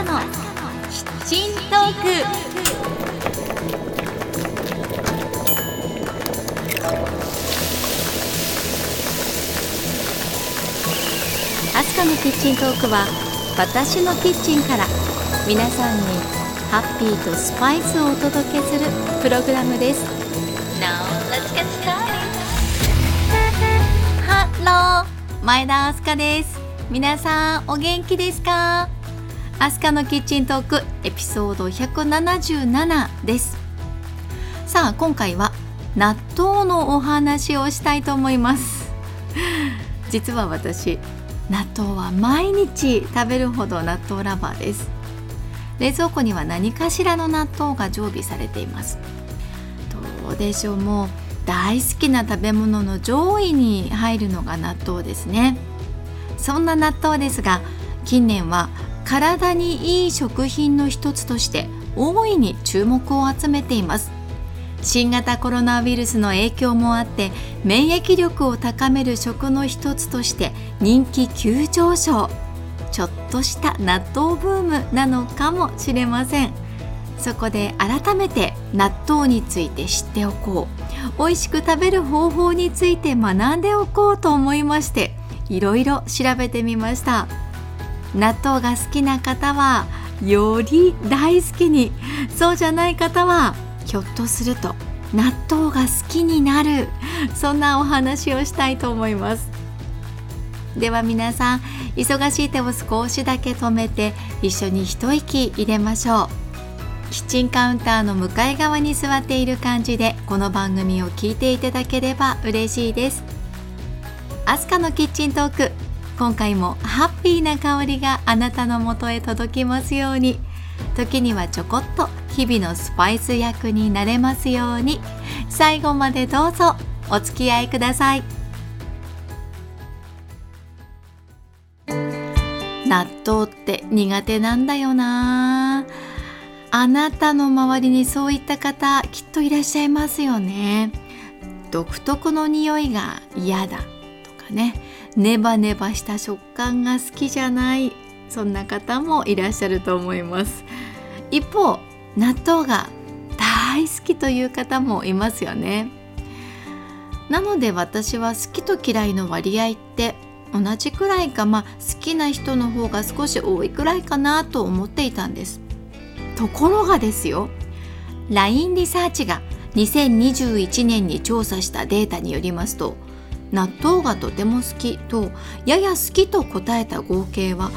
のキッチントーク。アスカのキッチントークは私のキッチンから皆さんにハッピーとスパイスをお届けするプログラムです。 Now let's get started. ハロー、前田アスカです。皆さんお元気ですか？アスカのキッチントークエピソード177です。さあ今回は納豆のお話をしたいと思います。実は私納豆は毎日食べるほど納豆ラバーです。冷蔵庫には何かしらの納豆が常備されています。どうでしょう、もう大好きな食べ物の上位に入るのが納豆ですね。そんな納豆ですが、近年は体にいい食品の一つとして大いに注目を集めています。新型コロナウイルスの影響もあって免疫力を高める食の一つとして人気急上昇。ちょっとした納豆ブームなのかもしれません。そこで改めて納豆について知っておこう、美味しく食べる方法について学んでおこうと思いまして、いろいろ調べてみました。納豆が好きな方はより大好きに、そうじゃない方はひょっとすると納豆が好きになる、そんなお話をしたいと思います。では皆さん、忙しい手を少しだけ止めて一緒に一息入れましょう。キッチンカウンターの向かい側に座っている感じでこの番組を聞いていただければ嬉しいです。アスカのキッチントーク、今回もハッピーな香りがあなたの元へ届きますように。時にはちょこっと日々のスパイス役になれますように。最後までどうぞお付き合いください。納豆って苦手なんだよな。あなたの周りにそういった方きっといらっしゃいますよね。独特の匂いが嫌だとかね、ネバネバした食感が好きじゃない、そんな方もいらっしゃると思います。一方、納豆が大好きという方もいますよね。なので私は好きと嫌いの割合って同じくらいか、好きな人の方が少し多いくらいかなと思っていたんです。ところがですよ、LINE リサーチが2021年に調査したデータによりますと、納豆がとても好きとやや好きと答えた合計は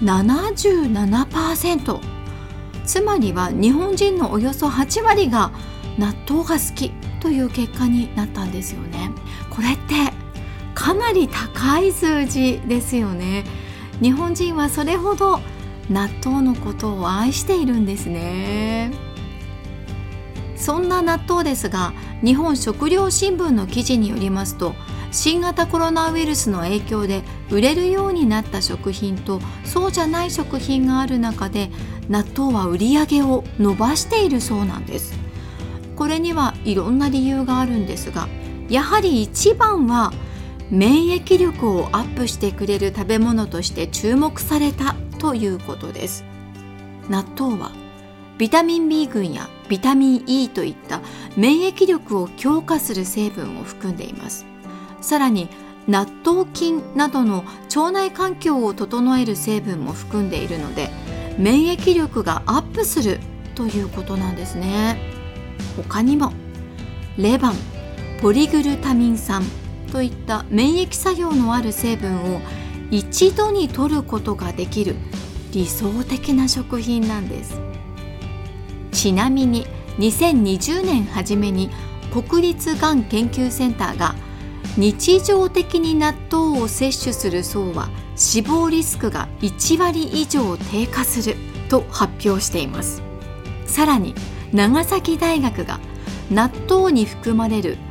77%。 つまりは日本人のおよそ8割が納豆が好きという結果になったんですよね。これってかなり高い数字ですよね。日本人はそれほど納豆のことを愛しているんですね。そんな納豆ですが、日本食料新聞の記事によりますと、新型コロナウイルスの影響で売れるようになった食品とそうじゃない食品がある中で、納豆は売り上げを伸ばしているそうなんです。これにはいろんな理由があるんですが、やはり一番は免疫力をアップしてくれる食べ物として注目されたということです。納豆はビタミン B 群やビタミン E といった免疫力を強化する成分を含んでいます。さらに納豆菌などの腸内環境を整える成分も含んでいるので、免疫力がアップするということなんですね。他にもレバン、ポリグルタミン酸といった免疫作用のある成分を一度に摂ることができる理想的な食品なんです。ちなみに2020年初めに国立がん研究センターが日常的に納豆を摂取する層は死亡リスクが1割以上低下すると発表しています。さらに長崎大学が納豆に含まれる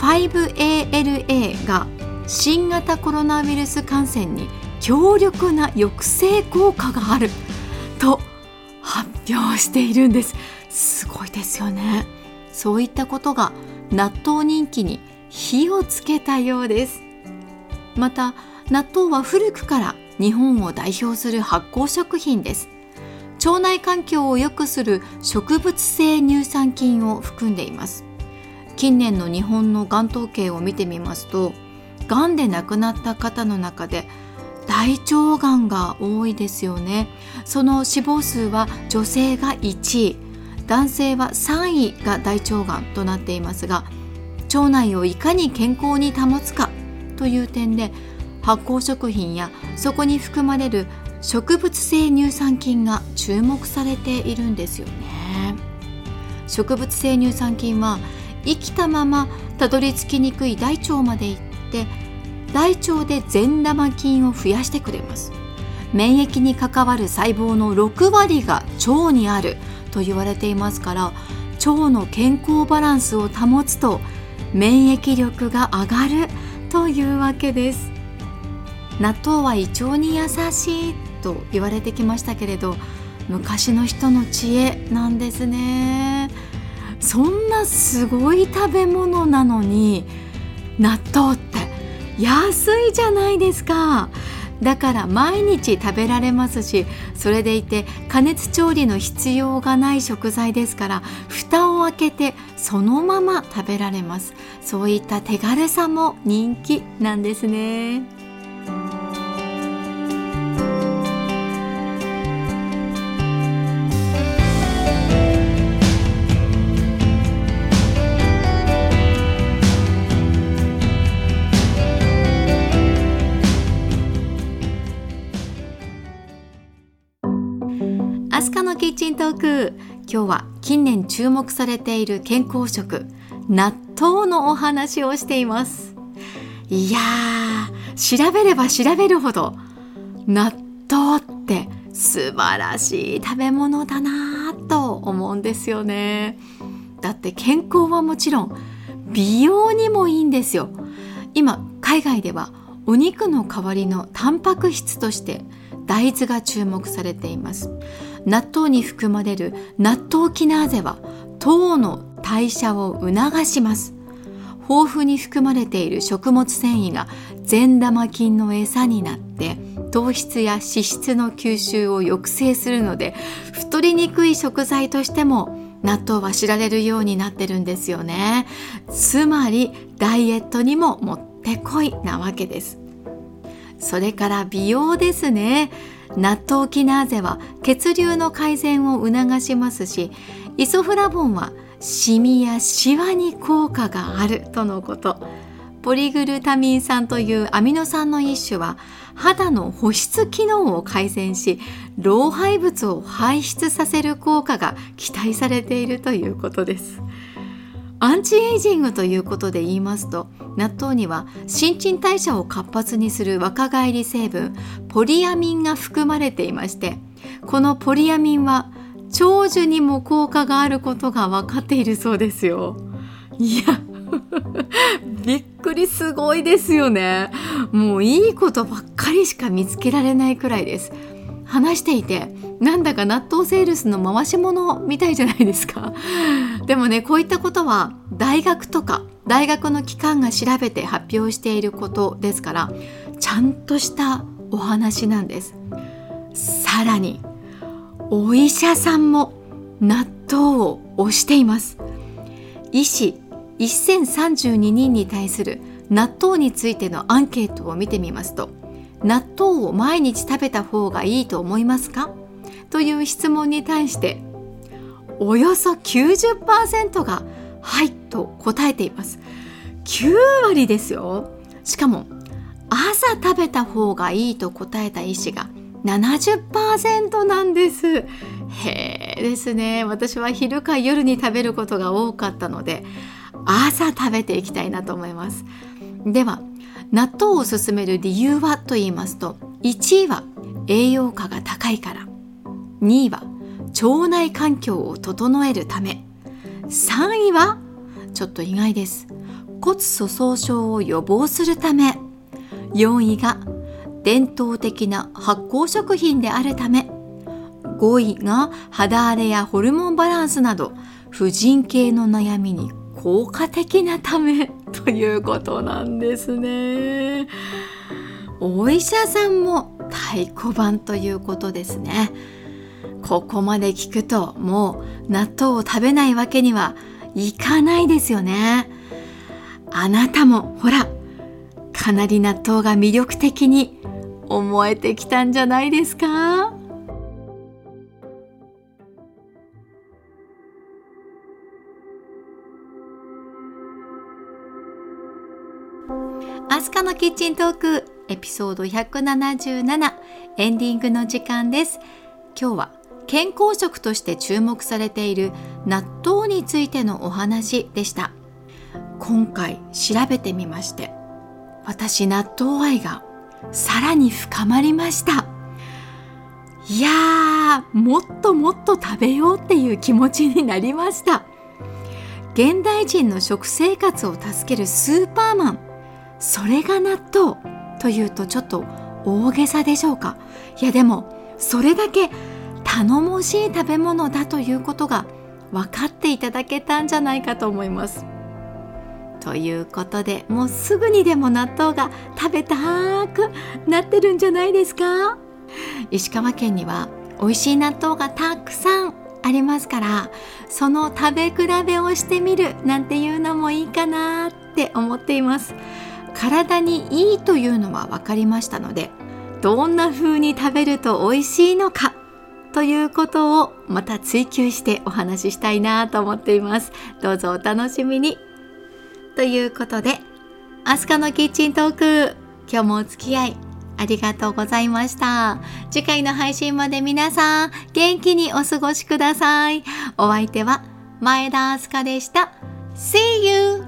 5ALA が新型コロナウイルス感染に強力な抑制効果があると発表しているんです。すごいですよね。そういったことが納豆人気に火をつけたようです。また納豆は古くから日本を代表する発酵食品です。 腸内環境を良くする植物性乳酸菌を含んでいます。近年の日本のがん統計を見てみますと、がんで亡くなった方の中で大腸がんが多いですよね。その死亡数は女性が1位、男性は3位が大腸がんとなっていますが、腸内をいかに健康に保つかという点で、発酵食品やそこに含まれる植物性乳酸菌が注目されているんですよね。植物性乳酸菌は生きたままたどり着きにくい大腸まで行って、大腸で善玉菌を増やしてくれます。免疫に関わる細胞の6割が腸にあると言われていますから、腸の健康バランスを保つと免疫力が上がるというわけです。納豆は胃腸に優しいと言われてきましたけれど、昔の人の知恵なんですね。そんなすごい食べ物なのに、納豆って安いじゃないですか。だから毎日食べられますし、それでいて加熱調理の必要がない食材ですから、蓋を開けてそのまま食べられます。そういった手軽さも人気なんですね。アスカのキッチントーク、今日は近年注目されている健康食、納豆のお話をしています。いやー、調べれば調べるほど納豆って素晴らしい食べ物だなと思うんですよね。だって健康はもちろん美容にもいいんですよ。今海外ではお肉の代わりのタンパク質として大豆が注目されています。納豆に含まれる納豆キナーゼは糖の代謝を促します。豊富に含まれている食物繊維が善玉菌の餌になって糖質や脂質の吸収を抑制するので、太りにくい食材としても納豆は知られるようになってるんですよね。つまりダイエットにももってこいなわけです。それから美容ですね。納豆キナーゼは血流の改善を促しますし、イソフラボンはシミやシワに効果があるとのこと。ポリグルタミン酸というアミノ酸の一種は肌の保湿機能を改善し、老廃物を排出させる効果が期待されているということです。アンチエイジングということで言いますと、納豆には新陳代謝を活発にする若返り成分ポリアミンが含まれていまして、このポリアミンは長寿にも効果があることが分かっているそうですよ。いやびっくり、すごいですよね。もういいことばっかりしか見つけられないくらいです。話していてなんだか納豆セールスの回し物みたいじゃないですか。でもね、こういったことは大学とか大学の機関が調べて発表していることですから、ちゃんとしたお話なんです。さらにお医者さんも納豆を推しています。医師1032人に対する納豆についてのアンケートを見てみますと、納豆を毎日食べた方がいいと思いますかという質問に対しておよそ 90% がはいと答えています。9割ですよ。しかも朝食べた方がいいと答えた医師が 70% なんです。へえですね。私は昼か夜に食べることが多かったので、朝食べていきたいなと思います。では納豆を勧める理由はと言いますと、1位は栄養価が高いから、2位は腸内環境を整えるため、3位はちょっと意外です、骨粗鬆症を予防するため、4位が伝統的な発酵食品であるため、5位が肌荒れやホルモンバランスなど婦人系の悩みに効果的なためということなんですね。お医者さんも太鼓判ということですね。 ここまで聞くともう納豆を食べないわけにはいかないですよね。あなたもほら、かなり納豆が魅力的に思えてきたんじゃないですか？アスカのキッチントークエピソード177、エンディングの時間です。今日は健康食として注目されている納豆についてのお話でした。今回調べてみまして、私納豆愛がさらに深まりました。いやー、もっともっと食べようっていう気持ちになりました。現代人の食生活を助けるスーパーマン、それが納豆というとちょっと大げさでしょうか。いやでもそれだけ頼もしい食べ物だということが分かっていただけたんじゃないかと思います。ということで、もうすぐにでも納豆が食べたくなってるんじゃないですか？石川県には美味しい納豆がたくさんありますから、その食べ比べをしてみるなんていうのもいいかなって思っています。体にいいというのは分かりましたので、どんな風に食べると美味しいのかということをまた追求してお話ししたいなと思っています。どうぞお楽しみに。ということで、アスカのキッチントーク、今日もお付き合いありがとうございました。次回の配信まで皆さん元気にお過ごしください。お相手は前田アスカでした。See you!